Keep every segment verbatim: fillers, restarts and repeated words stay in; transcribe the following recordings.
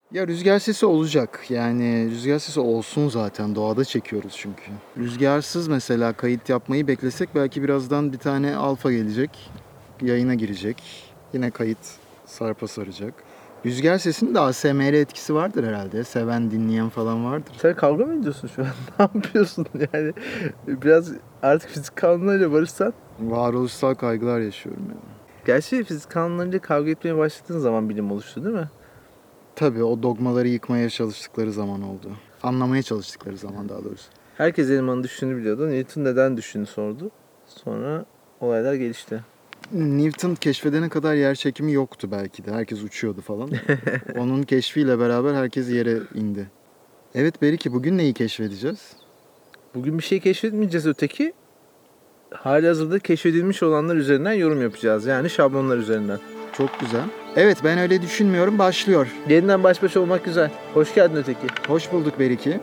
Ya rüzgar sesi olacak. Yani rüzgar sesi olsun zaten. Doğada çekiyoruz çünkü. Rüzgarsız mesela kayıt yapmayı beklesek belki birazdan bir tane alfa gelecek. Yayına girecek. Yine kayıt sarpa saracak. Rüzgar sesinin de A S M R etkisi vardır herhalde. Seven, dinleyen falan vardır. Sen kavga mı ediyorsun şu an? Ne yapıyorsun yani? Biraz artık fizik kanunlarıyla barışsan. Varoluşsal kaygılar yaşıyorum yani. Gerçi fizik kanunlarıyla kavga etmeye başladığın zaman bilim oluştu değil mi? Tabii o dogmaları yıkmaya çalıştıkları zaman oldu. Anlamaya çalıştıkları zaman daha doğrusu. Herkes elemanın düştüğünü biliyordu. Newton neden düştüğünü sordu. Sonra olaylar gelişti. Newton keşfedene kadar yer çekimi yoktu belki de. Herkes uçuyordu falan. Onun keşfiyle beraber herkes yere indi. Evet Beriki, bugün neyi keşfedeceğiz? Bugün bir şey keşfetmeyeceğiz, öteki halihazırda keşfedilmiş olanlar üzerinden yorum yapacağız. Yani şablonlar üzerinden. Çok güzel. Evet, ben öyle düşünmüyorum. Başlıyor. Yeniden baş başa olmak güzel. Hoş geldin öteki. Hoş bulduk Beriki.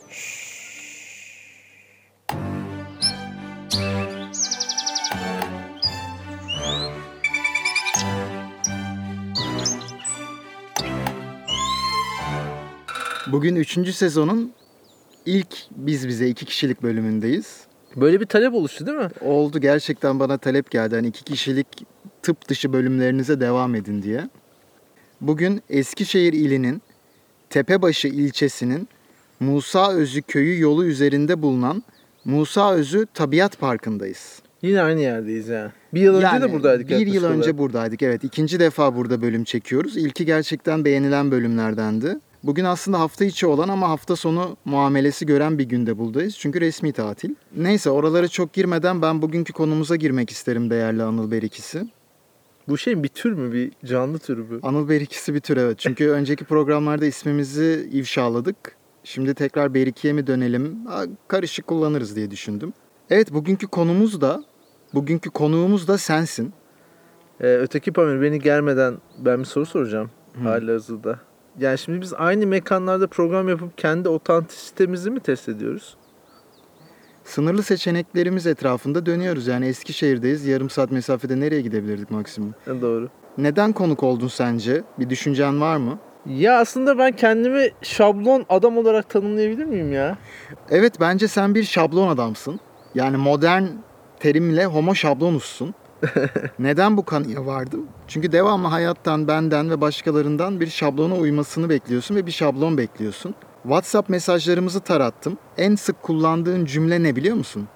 Bugün üçüncü sezonun ilk biz bize iki kişilik bölümündeyiz. Böyle bir talep oluştu değil mi? Oldu, gerçekten bana talep geldi. Hani iki kişilik tıp dışı bölümlerinize devam edin diye. Bugün Eskişehir ilinin Tepebaşı ilçesinin Musaözü köyü yolu üzerinde bulunan Musaözü Tabiat Parkı'ndayız. Yine aynı yerdeyiz ya. Bir yıl önce Yani de buradaydık. bir yıl yaklaşık önce olarak. buradaydık. Evet, ikinci defa burada bölüm çekiyoruz. İlki gerçekten beğenilen bölümlerdendi. Bugün aslında hafta içi olan ama hafta sonu muamelesi gören bir günde buradayız. Çünkü resmi tatil. Neyse, oralara çok girmeden ben bugünkü konumuza girmek isterim değerli Anıl Berikisi. Bu şey bir tür mü? Bir canlı türü mü? Anıl Berikisi bir tür, evet. Çünkü önceki programlarda ismimizi ifşaladık. Şimdi tekrar Beriki'ye mi dönelim? Ha, karışık kullanırız diye düşündüm. Evet, bugünkü konumuz da, bugünkü konuğumuz da sensin. Ee, öteki Pamir, beni gelmeden ben bir soru soracağım. Hı. Halihazırda. Yani şimdi biz aynı mekanlarda program yapıp kendi otantisitemizi mi test ediyoruz? Sınırlı seçeneklerimiz etrafında dönüyoruz. Yani Eskişehir'deyiz. Yarım saat mesafede nereye gidebilirdik maksimum? Ha, doğru. Neden konuk oldun sence? Bir düşüncen var mı? Ya aslında ben kendimi şablon adam olarak tanımlayabilir miyim ya? Evet, bence sen bir şablon adamsın. Yani modern terimle homo şablonussun. Neden bu kanıya vardım? Çünkü devamlı hayattan, benden ve başkalarından bir şablona uymasını bekliyorsun ve bir şablon bekliyorsun. WhatsApp mesajlarımızı tarattım. En sık kullandığın cümle ne biliyor musun?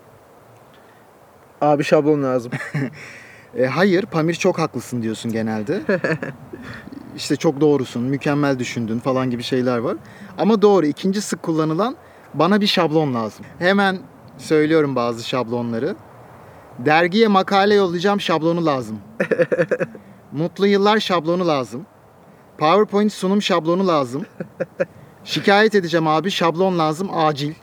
Abi şablon lazım. E, hayır, Pamir çok haklısın diyorsun genelde. İşte çok doğrusun, mükemmel düşündün falan gibi şeyler var. Ama doğru, ikinci sık kullanılan bana bir şablon lazım. Hemen söylüyorum bazı şablonları. Dergiye makale yollayacağım, şablonu lazım. Mutlu yıllar şablonu lazım. PowerPoint sunum şablonu lazım. Şikayet edeceğim abi, şablon lazım, acil.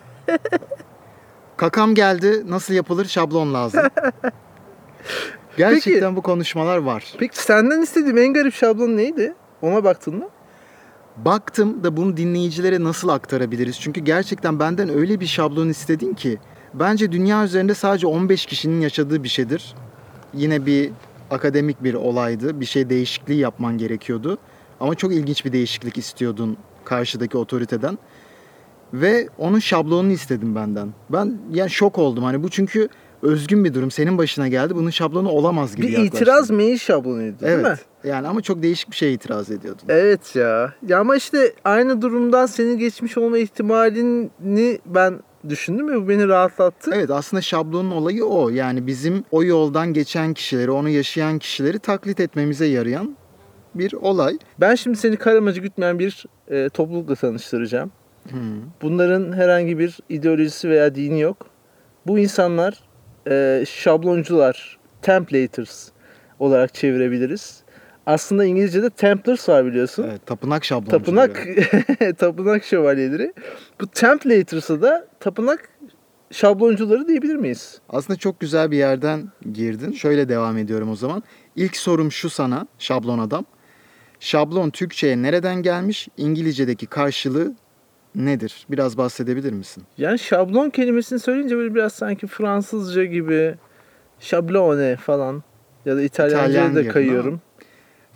Kakam geldi, nasıl yapılır, şablon lazım. Gerçekten Peki. bu konuşmalar var. Peki senden istediğim en garip şablon neydi? Ona baktın mı? Baktım da bunu dinleyicilere nasıl aktarabiliriz? Çünkü gerçekten benden öyle bir şablon istedin ki bence dünya üzerinde sadece on beş kişinin yaşadığı bir şeydir. Yine bir akademik bir olaydı. Bir şey değişikliği yapman gerekiyordu. Ama çok ilginç bir değişiklik istiyordun karşıdaki otoriteden. Ve onun şablonunu istedim benden. Ben yani şok oldum. Hani bu çünkü özgün bir durum. Senin başına geldi. Bunun şablonu olamaz gibi Bir yaklaştım. itiraz mail şablonuydu değil Evet. mi? Yani ama çok değişik bir şeye itiraz ediyordun. Evet ya. Ya ama işte aynı durumdan senin geçmiş olma ihtimalini ben düşündüm ve bu beni rahatlattı. Evet, aslında şablonun olayı o. Yani bizim o yoldan geçen kişileri, onu yaşayan kişileri taklit etmemize yarayan bir olay. Ben şimdi seni karamacı gütmeyen bir e, toplulukla tanıştıracağım. Hmm. Bunların herhangi bir ideolojisi veya dini yok. Bu insanlar e, şabloncular, templators olarak çevirebiliriz. Aslında İngilizce'de Templars var biliyorsun. Evet, tapınak şabloncuları. Tapınak tapınak şövalyeleri. Bu Templators'a da tapınak şabloncuları diyebilir miyiz? Aslında çok güzel bir yerden girdin. Şöyle devam ediyorum o zaman. İlk sorum şu sana, şablon adam. Şablon Türkçe'ye nereden gelmiş? İngilizce'deki karşılığı nedir? Biraz bahsedebilir misin? Yani şablon kelimesini söyleyince böyle biraz sanki Fransızca gibi şablone falan ya da İtalyanca'ya İtalyan da gibi, kayıyorum.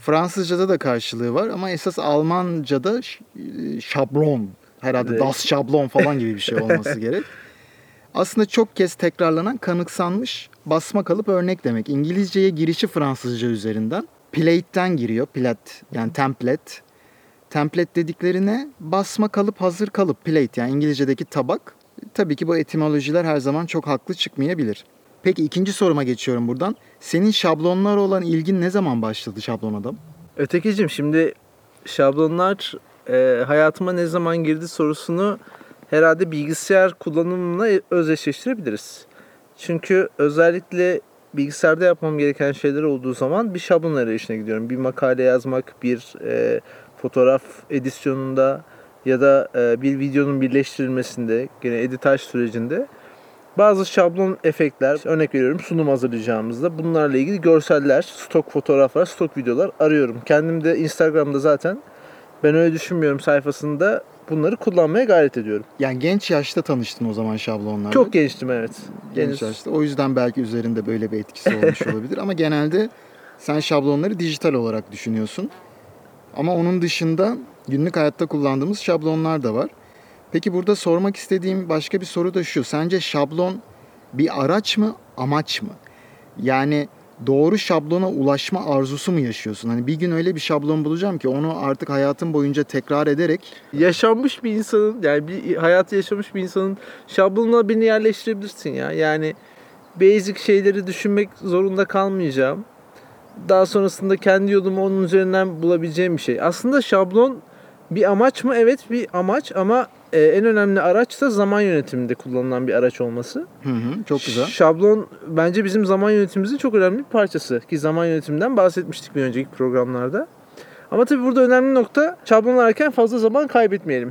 Fransızca'da da karşılığı var ama esas Almanca'da ş- e, şablon, herhalde Evet. das Şablon falan gibi bir şey olması gerek. Aslında çok kez tekrarlanan, kanıksanmış basma kalıp örnek demek. İngilizceye girişi Fransızca üzerinden. Plate'den giriyor. Plate yani template. Template dediklerine basma kalıp, hazır kalıp, plate yani İngilizce'deki tabak. Tabii ki bu etimolojiler her zaman çok haklı çıkmayabilir. Peki ikinci soruma geçiyorum buradan. Senin şablonlar olan ilgin ne zaman başladı Şablon Adam? Ötekicim, şimdi şablonlar e, hayatıma ne zaman girdi sorusunu herhalde bilgisayar kullanımına özdeşleştirebiliriz. Çünkü özellikle bilgisayarda yapmam gereken şeyler olduğu zaman bir şablon arayışına gidiyorum. Bir makale yazmak, bir e, fotoğraf edisyonunda ya da e, bir videonun birleştirilmesinde, gene editaj sürecinde bazı şablon efektler, örnek veriyorum sunum hazırlayacağımızda bunlarla ilgili görseller, stok fotoğraflar, stok videolar arıyorum. Kendim de Instagram'da zaten ben öyle düşünmüyorum sayfasında bunları kullanmaya gayret ediyorum. Yani genç yaşta tanıştın o zaman şablonlarla. Çok gençtim, evet. Genç Henüz- yaşta. O yüzden belki üzerinde böyle bir etkisi olmuş olabilir. Ama genelde sen şablonları dijital olarak düşünüyorsun. Ama onun dışında günlük hayatta kullandığımız şablonlar da var. Peki burada sormak istediğim başka bir soru da şu. Sence şablon bir araç mı, amaç mı? Yani doğru şablona ulaşma arzusu mu yaşıyorsun? Hani bir gün öyle bir şablon bulacağım ki onu artık hayatım boyunca tekrar ederek Yaşanmış bir insanın, yani bir hayatı yaşamış bir insanın şablonuna birini yerleştirebilirsin ya. Yani basic şeyleri düşünmek zorunda kalmayacağım. Daha sonrasında kendi yolumu onun üzerinden bulabileceğim bir şey. Aslında şablon bir amaç mı? Evet, bir amaç ama e, en önemli araç da zaman yönetiminde kullanılan bir araç olması. hı hı, çok güzel. Şablon bence bizim zaman yönetimimizin çok önemli bir parçası. Ki zaman yönetiminden bahsetmiştik bir önceki programlarda. Ama tabii burada önemli nokta, şablonlarken fazla zaman kaybetmeyelim.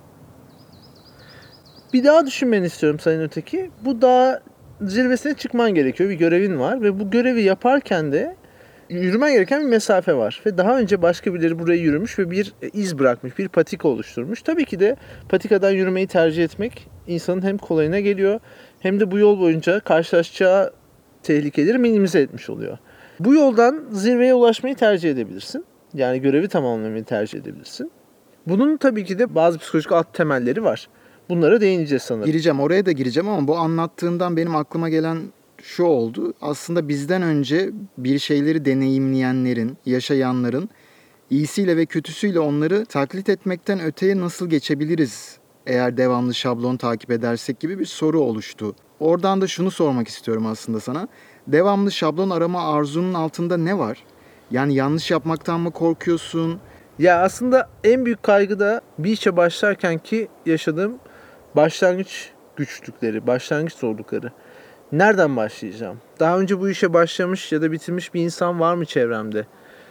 Bir daha düşünmeni istiyorum Sayın Öteki. Bu dağ zirvesine çıkman gerekiyor. Bir görevin var ve bu görevi yaparken de yürümen gereken bir mesafe var. Ve daha önce başka birileri buraya yürümüş ve bir iz bırakmış, bir patika oluşturmuş. Tabii ki de patikadan yürümeyi tercih etmek insanın hem kolayına geliyor hem de bu yol boyunca karşılaşacağı tehlikeleri minimize etmiş oluyor. Bu yoldan zirveye ulaşmayı tercih edebilirsin. Yani görevi tamamlamayı tercih edebilirsin. Bunun tabii ki de bazı psikolojik alt temelleri var. Bunlara değineceğiz sanırım. Gireceğim, oraya da gireceğim ama bu anlattığından benim aklıma gelen şu oldu. Aslında bizden önce bir şeyleri deneyimleyenlerin, yaşayanların iyisiyle ve kötüsüyle onları taklit etmekten öteye nasıl geçebiliriz eğer devamlı şablon takip edersek gibi bir soru oluştu. Oradan da şunu sormak istiyorum aslında sana. Devamlı şablon arama arzunun altında ne var? Yani yanlış yapmaktan mı korkuyorsun? Ya aslında en büyük kaygı da bir işe başlarken ki yaşadığım başlangıç güçlükleri, başlangıç zorlukları. Nereden başlayacağım? Daha önce bu işe başlamış ya da bitirmiş bir insan var mı çevremde?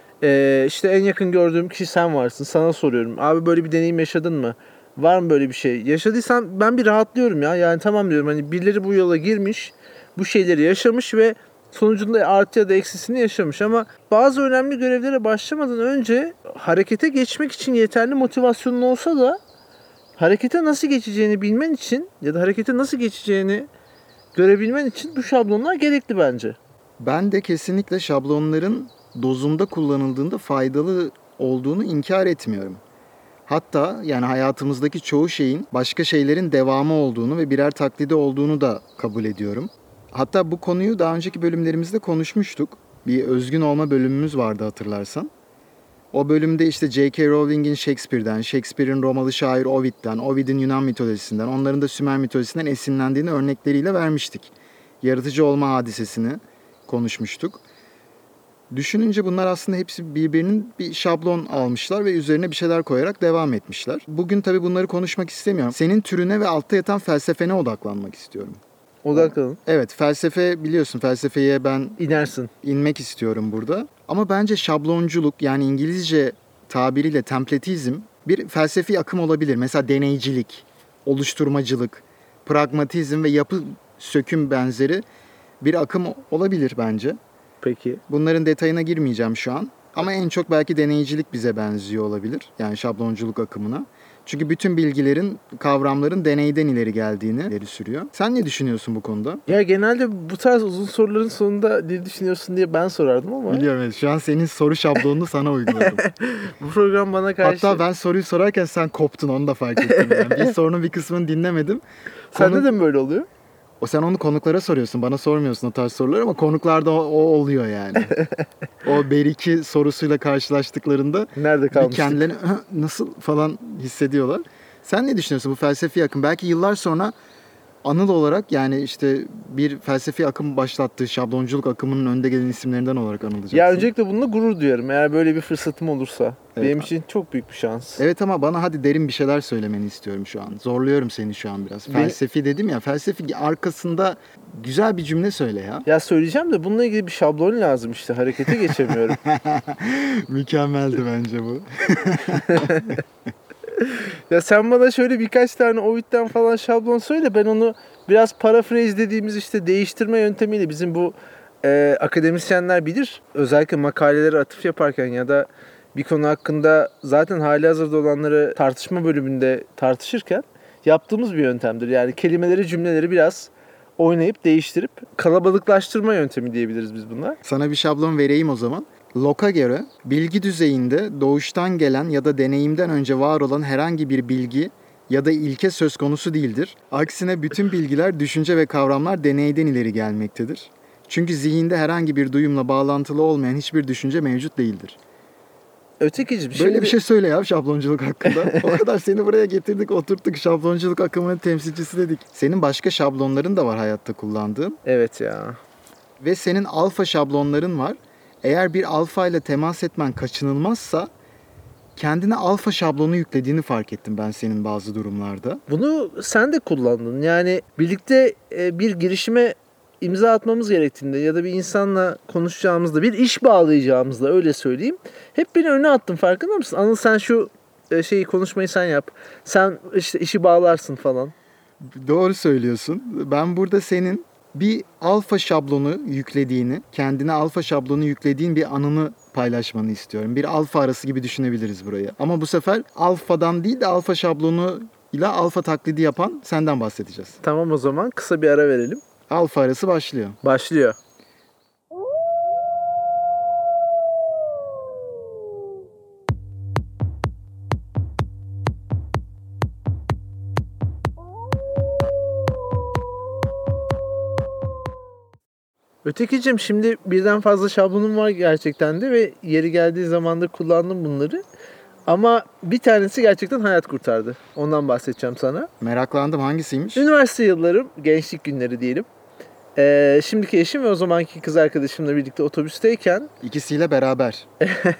Ee, işte en yakın gördüğüm kişi sen varsın. Sana soruyorum. Abi böyle bir deneyim yaşadın mı? Var mı böyle bir şey? Yaşadıysan ben bir rahatlıyorum ya. Yani tamam diyorum, hani birileri bu yola girmiş, bu şeyleri yaşamış ve sonucunda artı ya da eksisini yaşamış. Ama bazı önemli görevlere başlamadan önce harekete geçmek için yeterli motivasyonun olsa da harekete nasıl geçeceğini bilmen için ya da harekete nasıl geçeceğini görebilmen için bu şablonlar gerekli bence. Ben de kesinlikle şablonların dozunda kullanıldığında faydalı olduğunu inkar etmiyorum. Hatta yani hayatımızdaki çoğu şeyin başka şeylerin devamı olduğunu ve birer taklidi olduğunu da kabul ediyorum. Hatta bu konuyu daha önceki bölümlerimizde konuşmuştuk. Bir özgün olma bölümümüz vardı hatırlarsan. O bölümde işte J K. Rowling'in Shakespeare'den, Shakespeare'in Romalı şair Ovid'den, Ovid'in Yunan mitolojisinden, onların da Sümer mitolojisinden esinlendiğini örnekleriyle vermiştik. Yaratıcı olma hadisesini konuşmuştuk. Düşününce bunlar aslında hepsi birbirinin bir şablon almışlar ve üzerine bir şeyler koyarak devam etmişler. Bugün tabii bunları konuşmak istemiyorum. Senin türüne ve altta yatan felsefene odaklanmak istiyorum. Odaklanın. Evet, felsefe biliyorsun, felsefeye ben İnersin. inmek istiyorum burada. Ama bence şablonculuk, yani İngilizce tabiriyle templatizm bir felsefi akım olabilir. Mesela deneycilik, oluşturmacılık, pragmatizm ve yapı söküm benzeri bir akım olabilir bence. Peki. Bunların detayına girmeyeceğim şu an. Ama en çok belki deneycilik bize benziyor olabilir. Yani şablonculuk akımına. Çünkü bütün bilgilerin, kavramların deneyden ileri geldiğini ileri sürüyor. Sen ne düşünüyorsun bu konuda? Ya genelde bu tarz uzun soruların sonunda ne düşünüyorsun diye ben sorardım ama. Biliyorum, evet. Şu an senin soru şablonunu sana uyguladım. Bu program bana karşı... Hatta ben soruyu sorarken sen koptun, onu da fark ettim. Yani bir sorunun bir kısmını dinlemedim. Sende Konu... de mi böyle oluyor? O sen onu konuklara soruyorsun. Bana sormuyorsun o tarz soruları ama konuklarda o, o oluyor yani. O Beriki sorusuyla karşılaştıklarında Nerede bir kalmıştık? kendilerini nasıl falan hissediyorlar. Sen ne düşünüyorsun bu felsefi akım? Belki yıllar sonra anıl olarak, yani işte bir felsefi akım başlattığı şablonculuk akımının önde gelen isimlerinden olarak anılacaksın. Ya öncelikle bununla gurur duyarım. Eğer böyle bir fırsatım olursa. Evet. Benim için çok büyük bir şans. Evet ama bana hadi derin bir şeyler söylemeni istiyorum şu an. Zorluyorum seni şu an biraz. Benim- Felsefi dedim ya, felsefi arkasında güzel bir cümle söyle ya. Ya söyleyeceğim de bununla ilgili bir şablon lazım işte. Harekete geçemiyorum. Mükemmeldi bence bu. Ya sen bana şöyle birkaç tane Ovid'den falan şablon söyle. Ben onu biraz paraphrase dediğimiz işte değiştirme yöntemiyle bizim bu e, akademisyenler bilir. Özellikle makalelere atıf yaparken ya da bir konu hakkında zaten hali hazırda olanları tartışma bölümünde tartışırken yaptığımız bir yöntemdir. Yani kelimeleri, cümleleri biraz oynayıp değiştirip kalabalıklaştırma yöntemi diyebiliriz biz buna. Sana bir şablon vereyim o zaman. Locke'a göre bilgi düzeyinde doğuştan gelen ya da deneyimden önce var olan herhangi bir bilgi ya da ilke söz konusu değildir. Aksine bütün bilgiler, düşünce ve kavramlar deneyden ileri gelmektedir. Çünkü zihinde herhangi bir duyumla bağlantılı olmayan hiçbir düşünce mevcut değildir. Ötekicim Böyle şimdi... bir şey söyle ya şablonculuk hakkında. O kadar seni buraya getirdik, oturttuk, şablonculuk akımının temsilcisi dedik. Senin başka şablonların da var hayatta kullandığın. Evet ya. Ve senin alfa şablonların var. Eğer bir alfa ile temas etmen kaçınılmazsa kendine alfa şablonu yüklediğini fark ettim ben senin bazı durumlarda. Bunu sen de kullandın. Yani birlikte e, bir girişime imza atmamız gerektiğinde ya da bir insanla konuşacağımızda, bir iş bağlayacağımızda öyle söyleyeyim. Hep beni öne attın, farkında mısın? Anıl sen şu e, şeyi konuşmayı sen yap. Sen işte işi bağlarsın falan. Doğru söylüyorsun. Ben burada senin bir alfa şablonu yüklediğini, kendine alfa şablonu yüklediğin bir anını paylaşmanı istiyorum. Bir alfa arası gibi düşünebiliriz burayı. Ama bu sefer alfadan değil de alfa şablonu ile alfa taklidi yapan senden bahsedeceğiz. Tamam, o zaman kısa bir ara verelim. Alfa arası başlıyor. Başlıyor. Ötekicim şimdi birden fazla şablonum var gerçekten de ve yeri geldiği zaman da kullandım bunları. Ama bir tanesi gerçekten hayat kurtardı. Ondan bahsedeceğim sana. Meraklandım, hangisiymiş? Üniversite yıllarım, gençlik günleri diyelim. Ee, şimdiki eşim ve o zamanki kız arkadaşımla birlikte otobüsteyken İkisiyle beraber.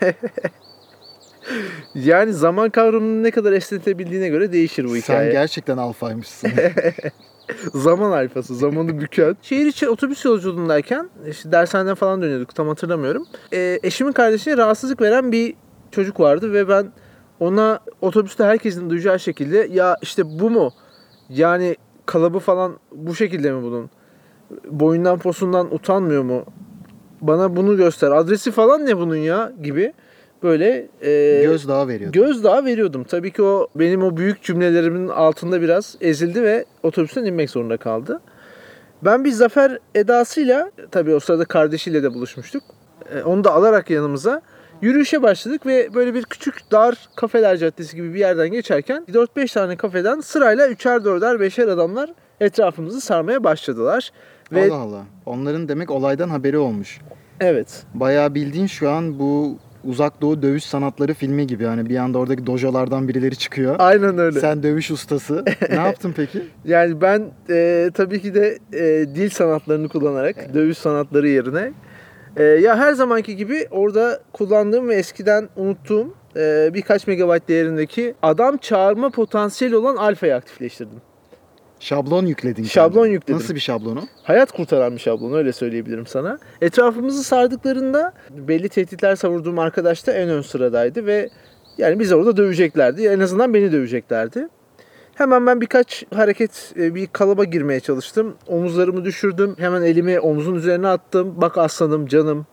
yani zaman kavramını ne kadar esnetebildiğine göre değişir bu hikaye. Sen gerçekten alfaymışsın. Zaman alfası, zamanı büken. Şehir içi otobüs yolculuğundayken işte dershaneden falan dönüyorduk, tam hatırlamıyorum. Ee, eşimin kardeşine rahatsızlık veren bir çocuk vardı ve ben ona otobüste herkesin duyacağı şekilde ya işte bu mu? Yani kalıbı falan bu şekilde mi bunun? Boyundan posundan utanmıyor mu? Bana bunu göster. Adresi falan ne bunun ya gibi böyle e, Gözdağı veriyordu. gözdağı veriyordum. Tabii ki o benim o büyük cümlelerimin altında biraz ezildi ve otobüsten inmek zorunda kaldı. Ben bir zafer edasıyla, tabii o sırada kardeşiyle de buluşmuştuk. E, onu da alarak yanımıza yürüyüşe başladık ve böyle bir küçük dar kafeler caddesi gibi bir yerden geçerken dört beş tane kafeden sırayla üçer dörder beşer adamlar etrafımızı sarmaya başladılar. Ve Allah Allah. Onların demek olaydan haberi olmuş. evet. Bayağı bildiğin şu an bu Uzak Doğu dövüş sanatları filmi gibi. Yani bir anda oradaki dojolardan birileri çıkıyor. Aynen öyle. Sen dövüş ustası. Ne yaptın peki? Yani ben e, tabii ki de e, dil sanatlarını kullanarak Evet. dövüş sanatları yerine e, ya her zamanki gibi orada kullandığım ve eskiden unuttuğum e, birkaç megabayt değerindeki adam çağırma potansiyeli olan alfayı aktifleştirdim. Şablon yükledin. Şablon kendine. yükledim. Nasıl bir şablonu? Hayat kurtaran bir şablon, öyle söyleyebilirim sana. Etrafımızı sardıklarında belli tehditler savurduğum arkadaş da en ön sıradaydı ve yani bizi orada döveceklerdi. En azından beni döveceklerdi. Hemen ben birkaç hareket, bir kalıba girmeye çalıştım. Omuzlarımı düşürdüm. Hemen elimi omzun üzerine attım. Bak aslanım, canım.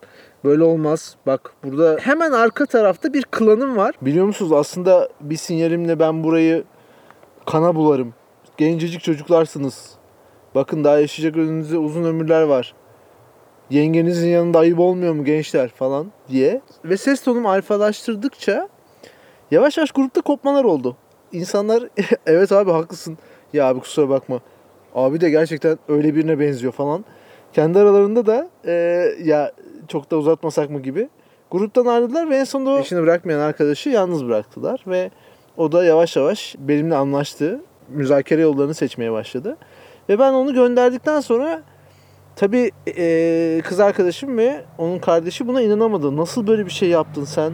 Böyle olmaz. Bak burada hemen arka tarafta bir klanım var. Biliyor musunuz aslında bir sinyalimle ben burayı kana bularım. Gencecik çocuklarsınız. Bakın daha yaşayacak önünüzde uzun ömürler var. Yengenizin yanında ayıp olmuyor mu gençler falan diye. Ve ses tonumu alfalaştırdıkça yavaş yavaş grupta kopmalar oldu. İnsanlar evet abi haklısın. Ya abi kusura bakma. Abi de gerçekten öyle birine benziyor falan. Kendi aralarında da e, ya çok da uzatmasak mı gibi gruptan ayrıldılar ve en sonunda o işini bırakmayan arkadaşı yalnız bıraktılar ve o da yavaş yavaş benimle anlaştı. Müzakere yollarını seçmeye başladı. Ve ben onu gönderdikten sonra tabii e, kız arkadaşım ve onun kardeşi buna inanamadı. Nasıl böyle bir şey yaptın sen?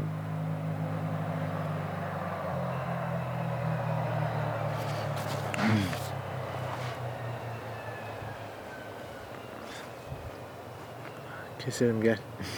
Keselim gel.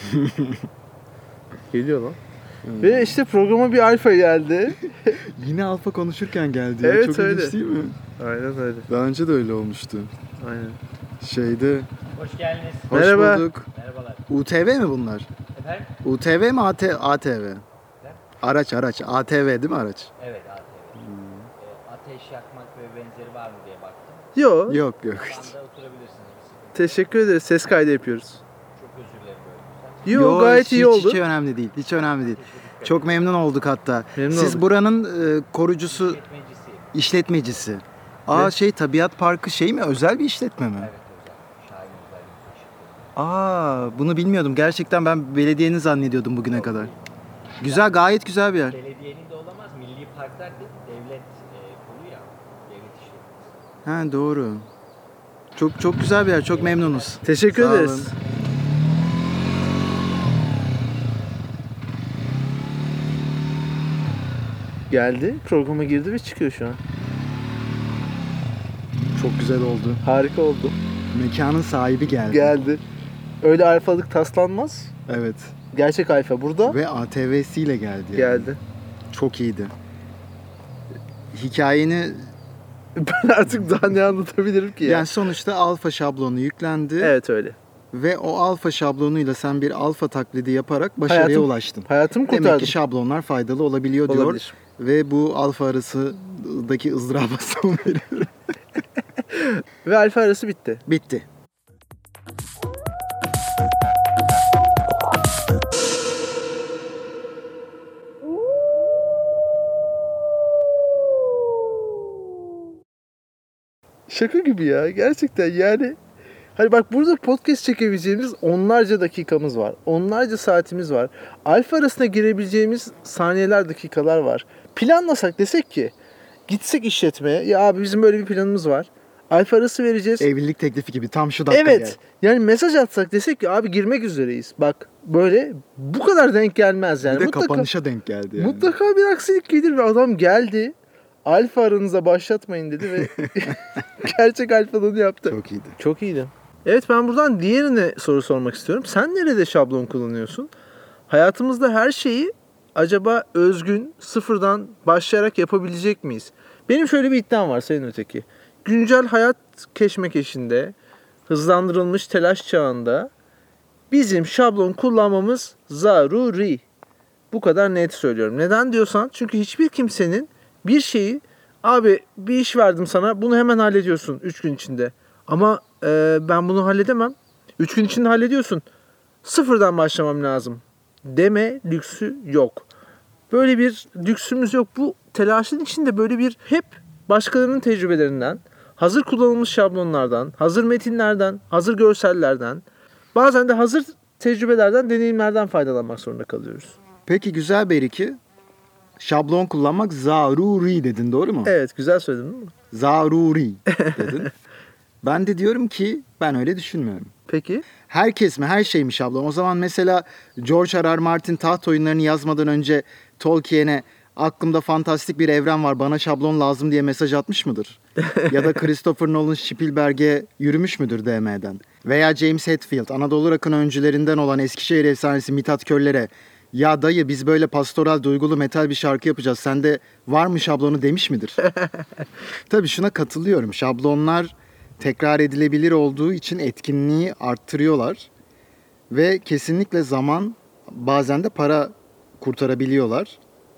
Geliyor lan. Hmm. Ve işte programa bir alfa geldi. Yine alfa konuşurken geldi ya. Evet, Çok öyle. ilginç değil mi? Aynen öyle. Daha önce de öyle olmuştu. Aynen. Şeyde... Hoş geldiniz. Hoş Merhaba. bulduk. Merhabalar. U T V mi bunlar? Efendim? U T V mi A T V? Araç araç. A T V değil mi araç? Evet, A T V. Hmm. E, ateş yakmak ve benzeri var mı diye baktım. Yok. Yok yok. Şu anda oturabilirsiniz. Bir sıkıntı. Teşekkür ederiz. Ses kaydı yapıyoruz. Çok özür dilerim böyle. Yok, gayet hiç, iyi oldu. Hiç önemli değil. Hiç önemli değil. Çok memnun olduk hatta. Memnun Siz olduk. buranın e, korucusu, İşletmecisi. işletmecisi. Aa Ne? şey Tabiat Parkı şey mi? Özel bir işletme mi? Evet, özel. Şahin özel bir işletmeci. Aa bunu bilmiyordum. Gerçekten ben belediyenin zannediyordum bugüne kadar. Güzel, gayet güzel bir yer. Belediyenin de olamaz. Milli parklar değil, devlet e, kolu ya. Devlet işletmesi. Ha doğru. Çok çok güzel bir yer. Çok memnunuz. Teşekkür Sağ ederiz. olun. Geldi. Programa girdi ve çıkıyor şu an. Çok güzel oldu. Harika oldu. Mekanın sahibi geldi. Geldi. Öyle alfalık taslanmaz. Evet. Gerçek alfa burada. Ve A T V'siyle geldi. yani. Geldi. Çok iyiydi. Hikayeni Ben artık daha ne anlatabilirim ki ya? yani sonuçta alfa şablonu yüklendi Evet öyle. ve o alfa şablonuyla sen bir alfa taklidi yaparak başarıya Hayatım- ulaştın. Hayatımı Demek kurtardım. ki şablonlar faydalı olabiliyor diyor Olabilir. ve bu alfa arasındaki ızdıraba son veriyor. Ve alfa arası bitti. Bitti. Şaka gibi ya. Gerçekten yani. Hani bak burada podcast çekebileceğimiz onlarca dakikamız var. Onlarca saatimiz var. Alfa arasına girebileceğimiz saniyeler, dakikalar var. Planlasak desek ki gitsek işletmeye. Ya abi bizim böyle bir planımız var. Alfa arası vereceğiz. Evlilik teklifi gibi tam şu dakika Evet. Yani mesaj atsak desek ki abi girmek üzereyiz. Bak böyle bu kadar denk gelmez yani. Bir de mutlaka, kapanışa denk geldi yani. mutlaka bir aksilik gelir ve adam geldi. Alfa aranıza başlatmayın dedi ve gerçek alfalığını yaptı. Çok iyiydi. Çok iyiydi. Evet ben buradan diğerine soru sormak istiyorum. Sen nerede şablon kullanıyorsun? Hayatımızda her şeyi acaba özgün, sıfırdan başlayarak yapabilecek miyiz? Benim şöyle bir iddiam var senin öteki. Güncel hayat keşmekeşinde, hızlandırılmış telaş çağında bizim şablon kullanmamız zaruri. Bu kadar net söylüyorum. Neden diyorsan çünkü hiçbir kimsenin bir şeyi abi bir iş verdim sana bunu hemen hallediyorsun üç gün içinde. Ama e, ben bunu halledemem. üç gün içinde hallediyorsun. Sıfırdan başlamam lazım deme lüksü yok. Böyle bir lüksümüz yok. Bu telaşın içinde böyle bir hep başkalarının tecrübelerinden, hazır kullanılmış şablonlardan, hazır metinlerden, hazır görsellerden, bazen de hazır tecrübelerden, deneyimlerden faydalanmak zorunda kalıyoruz. Peki güzel bir iki. Şablon kullanmak zaruri dedin doğru mu? Evet, güzel söyledin değil mi? Zaruri dedin. Ben de diyorum ki ben öyle düşünmüyorum. Peki. Herkes mi her şey mi şablon? O zaman mesela George R. R. Martin taht oyunlarını yazmadan önce Tolkien'e aklımda fantastik bir evren var bana şablon lazım diye mesaj atmış mıdır? Ya da Christopher Nolan Spielberg'e yürümüş müdür D M'den? Veya James Hetfield Anadolu Rock'ın öncülerinden olan Eskişehir efsanesi Mithat Körler'e ya dayı biz böyle pastoral duygulu metal bir şarkı yapacağız sende var mı şablonu demiş midir? Tabii şuna katılıyorum. Şablonlar tekrar edilebilir olduğu için etkinliği arttırıyorlar. Ve kesinlikle zaman, bazen de para kurtarabiliyorlar.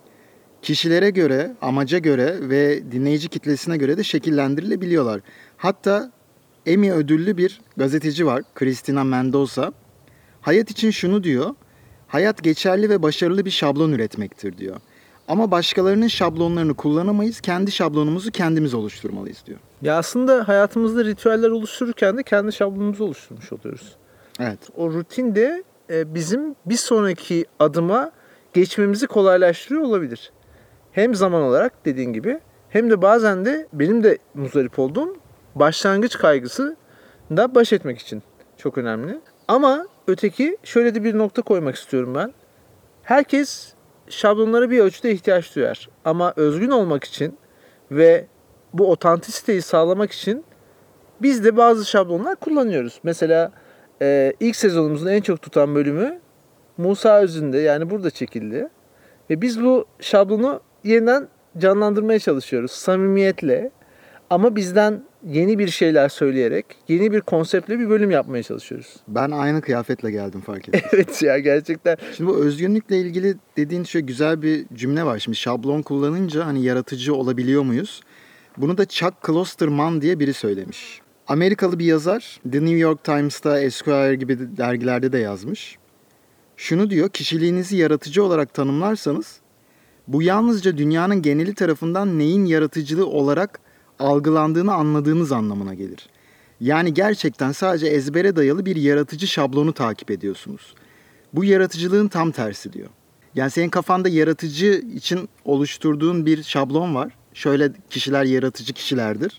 Kişilere göre, amaca göre ve dinleyici kitlesine göre de şekillendirilebiliyorlar. Hatta Emmy ödüllü bir gazeteci var, Christina Mendoza. Hayat için şunu diyor: hayat geçerli ve başarılı bir şablon üretmektir diyor. Ama başkalarının şablonlarını kullanamayız, kendi şablonumuzu kendimiz oluşturmalıyız diyor. Ya aslında hayatımızda ritüeller oluştururken de kendi şablonumuzu oluşturmuş oluyoruz. Evet. O rutin de e, bizim bir sonraki adıma geçmemizi kolaylaştırıyor olabilir. Hem zaman olarak dediğin gibi, hem de bazen de benim de muzdarip olduğum başlangıç kaygısı da baş etmek için çok önemli. Ama öteki şöyle de bir nokta koymak istiyorum ben. Herkes şablonlara bir ölçüde ihtiyaç duyar. Ama özgün olmak için ve bu otantisiteyi sağlamak için biz de bazı şablonlar kullanıyoruz. Mesela e, ilk sezonumuzun en çok tutan bölümü Musa Özün'de, yani burada çekildi. Ve biz bu şablonu yeniden canlandırmaya çalışıyoruz samimiyetle. Ama bizden yeni bir şeyler söyleyerek, yeni bir konseptle bir bölüm yapmaya çalışıyoruz. Ben aynı kıyafetle geldim, fark ettim. Evet ya, gerçekten. Şimdi bu özgünlükle ilgili dediğin şey, güzel bir cümle var. Şimdi şablon kullanınca hani yaratıcı olabiliyor muyuz? Bunu da Chuck Klosterman diye biri söylemiş. Amerikalı bir yazar, The New York Times'ta, Esquire gibi dergilerde de yazmış. Şunu diyor: kişiliğinizi yaratıcı olarak tanımlarsanız bu yalnızca dünyanın geneli tarafından neyin yaratıcılığı olarak algılandığını anladığınız anlamına gelir. Yani gerçekten sadece ezbere dayalı bir yaratıcı şablonu takip ediyorsunuz. Bu yaratıcılığın tam tersi diyor. Yani senin kafanda yaratıcı için oluşturduğun bir şablon var. Şöyle kişiler yaratıcı kişilerdir.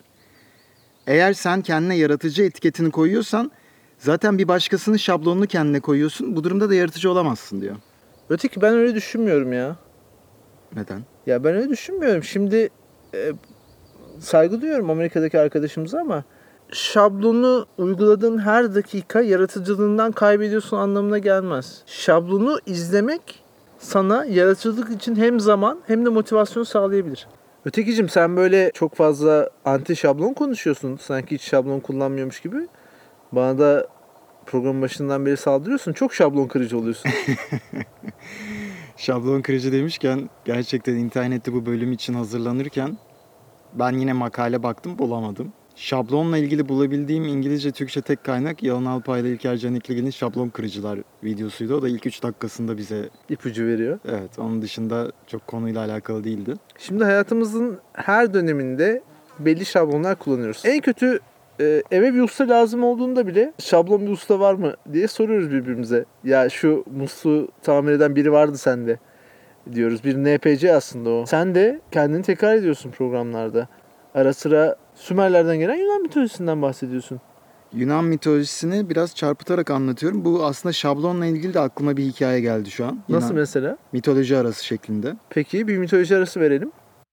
Eğer sen kendine yaratıcı etiketini koyuyorsan zaten bir başkasının şablonunu kendine koyuyorsun. Bu durumda da yaratıcı olamazsın diyor. Öteki ben öyle düşünmüyorum ya. Neden? Ya ben öyle düşünmüyorum. Şimdi e, saygı duyuyorum Amerika'daki arkadaşımıza ama şablonu uyguladığın her dakika yaratıcılığından kaybediyorsun anlamına gelmez. Şablonu izlemek sana yaratıcılık için hem zaman hem de motivasyon sağlayabilir. Ötekicim, sen böyle çok fazla anti şablon konuşuyorsun. Sanki hiç şablon kullanmıyormuş gibi. Bana da programın başından beri saldırıyorsun. Çok şablon kırıcı oluyorsun. Şablon kırıcı demişken, gerçekten internette bu bölüm için hazırlanırken ben yine makale baktım, bulamadım. Şablonla ilgili bulabildiğim İngilizce Türkçe tek kaynak Yalın Alpay ile İlker Canikli'nin Şablon Kırıcılar videosuydu. O da ilk üç dakikasında bize İpucu veriyor. evet, onun dışında çok konuyla alakalı değildi. Şimdi hayatımızın her döneminde belli şablonlar kullanıyoruz. En kötü e, eve bir usta lazım olduğunda bile şablon bir usta var mı diye soruyoruz birbirimize. Ya şu musluğu tamir eden biri vardı sende diyoruz. Bir N P C aslında o. Sen de kendini tekrar ediyorsun programlarda. Ara sıra Sümerlerden gelen Yunan mitolojisinden bahsediyorsun. Yunan mitolojisini biraz çarpıtarak anlatıyorum. Bu aslında şablonla ilgili de aklıma bir hikaye geldi şu an. Nasıl Yunan mesela? mitoloji arası şeklinde. Peki bir mitoloji arası verelim.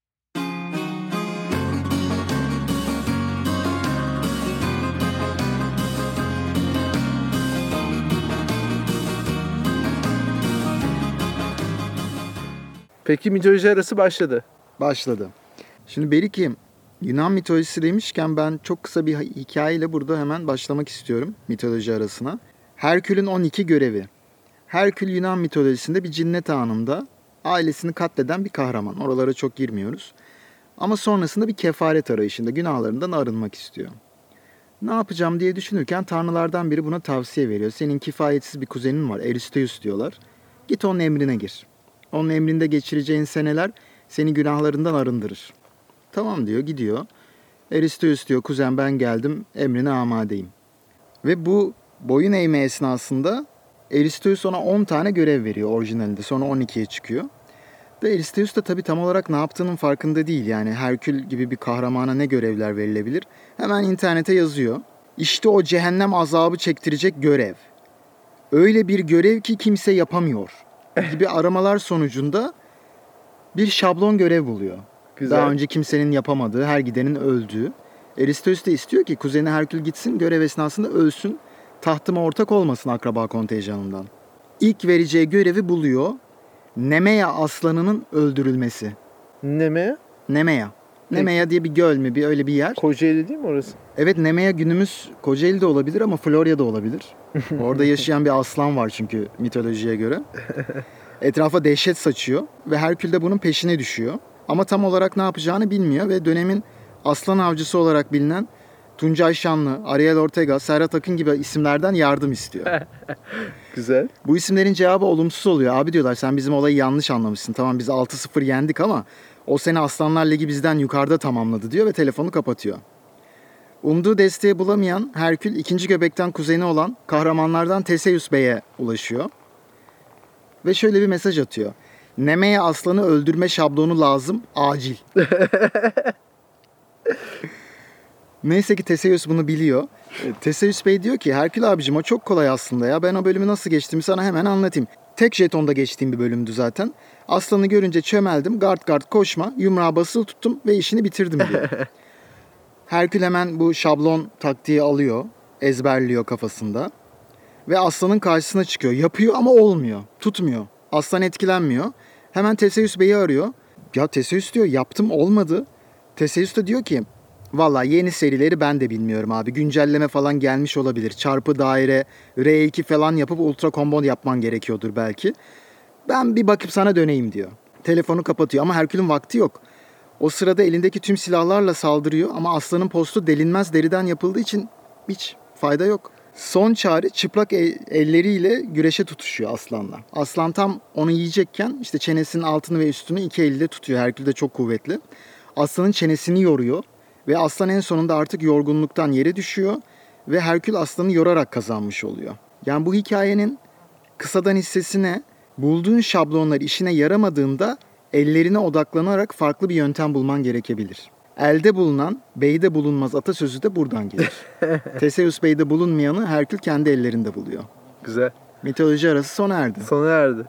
Peki mitoloji arası başladı. Başladı. Şimdi Beriki, Yunan mitolojisi demişken ben çok kısa bir hikayeyle burada hemen başlamak istiyorum mitoloji arasına. Herkül'ün on iki görevi. Herkül Yunan mitolojisinde bir cinnet anında ailesini katleden bir kahraman. Oralara çok girmiyoruz. Ama sonrasında bir kefaret arayışında, günahlarından arınmak istiyor. Ne yapacağım diye düşünürken tanrılardan biri buna tavsiye veriyor. Senin kifayetsiz bir kuzenin var, Aristeus diyorlar. Git onun emrine gir. Onun emrinde geçireceğin seneler seni günahlarından arındırır. Tamam diyor, gidiyor. Aristeus diyor, kuzen ben geldim, emrine amadeyim. Ve bu boyun eğme esnasında Aristeus ona on tane görev veriyor orijinalinde. Sonra on ikiye çıkıyor. Ve Aristeus da tabii tam olarak ne yaptığının farkında değil. Yani Herkül gibi bir kahramana ne görevler verilebilir? Hemen internete yazıyor. İşte o cehennem azabı çektirecek görev. Öyle bir görev ki kimse yapamıyor gibi aramalar sonucunda bir şablon görev buluyor. Güzel. Daha önce kimsenin yapamadığı, her gidenin öldüğü. Aristeus da istiyor ki kuzeni Herkül gitsin, görev esnasında ölsün, tahtıma ortak olmasın akraba kontenjanından. İlk vereceği görevi buluyor. Nemea aslanının öldürülmesi. Neme? Nemea. Nemea diye bir göl mü, bir öyle bir yer. Kocaeli değil mi orası? Evet, Nemea günümüz Kocaeli'de olabilir ama Florya'da olabilir. Orada yaşayan bir aslan var çünkü mitolojiye göre. Etrafa dehşet saçıyor ve Herkül de bunun peşine düşüyor. Ama tam olarak ne yapacağını bilmiyor ve dönemin aslan avcısı olarak bilinen Tuncay Şanlı, Ariel Ortega, Serhat Akın gibi isimlerden yardım istiyor. Güzel. Bu isimlerin cevabı olumsuz oluyor. Abi diyorlar, sen bizim olayı yanlış anlamışsın. Tamam, biz altı sıfır yendik ama o sene Aslanlar Ligi bizden yukarıda tamamladı diyor ve telefonu kapatıyor. Umduğu desteği bulamayan Herkül ikinci göbekten kuzeni olan kahramanlardan Theseus Bey'e ulaşıyor. Ve şöyle bir mesaj atıyor. Nemea aslanı öldürme şablonu lazım, acil. Neyse ki Theseus bunu biliyor. E, Theseus Bey diyor ki, Herkül abicim o çok kolay aslında ya. Ben o bölümü nasıl geçtiğimi sana hemen anlatayım. Tek jetonda geçtiğim bir bölümdü zaten. Aslanı görünce çömeldim, gard gard koşma, yumruğa basılı tuttum ve işini bitirdim diyor. Herkül hemen bu şablon taktiği alıyor, ezberliyor kafasında. Ve aslanın karşısına çıkıyor. Yapıyor ama olmuyor, tutmuyor. Aslan etkilenmiyor. Hemen Theseus Bey'i arıyor. Ya Theseus diyor, yaptım olmadı. Theseus da diyor ki, valla yeni serileri ben de bilmiyorum abi. Güncelleme falan gelmiş olabilir. Çarpı daire, R iki falan yapıp ultra combo yapman gerekiyordur belki. Ben bir bakıp sana döneyim diyor. Telefonu kapatıyor ama Herkül'ün vakti yok. O sırada elindeki tüm silahlarla saldırıyor ama aslanın postu delinmez deriden yapıldığı için hiç fayda yok. Son çare çıplak el- elleriyle güreşe tutuşuyor aslanla. Aslan tam onu yiyecekken işte çenesinin altını ve üstünü iki eliyle tutuyor. Herkül de çok kuvvetli. Aslanın çenesini yoruyor. Ve aslan en sonunda artık yorgunluktan yere düşüyor ve Herkül aslanı yorarak kazanmış oluyor. Yani bu hikayenin kısadan hissesi ne? Bulduğun şablonlar işine yaramadığında ellerine odaklanarak farklı bir yöntem bulman gerekebilir. Elde bulunan, beyde bulunmaz atasözü de buradan gelir. Theseus beyde bulunmayanı Herkül kendi ellerinde buluyor. Güzel. Mitoloji arası sona erdi. Sona erdi.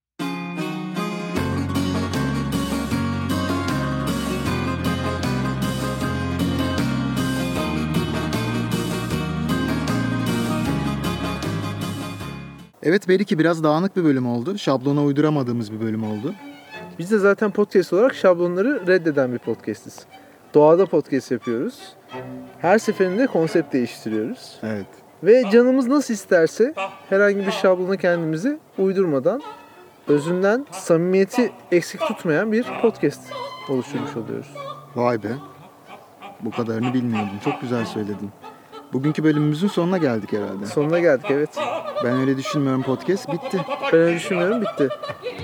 Evet belki biraz dağınık bir bölüm oldu. Şablona uyduramadığımız bir bölüm oldu. Biz de zaten podcast olarak şablonları reddeden bir podcastiz. Doğada podcast yapıyoruz. Her seferinde konsept değiştiriyoruz. Evet. Ve canımız nasıl isterse herhangi bir şablona kendimizi uydurmadan özünden samimiyeti eksik tutmayan bir podcast oluşturmuş oluyoruz. Vay be. Bu kadarını bilmiyordum. Çok güzel söyledin. Bugünkü bölümümüzün sonuna geldik herhalde. Sonuna geldik, evet. Ben öyle düşünmüyorum, podcast bitti. Ben öyle düşünmüyorum, bitti.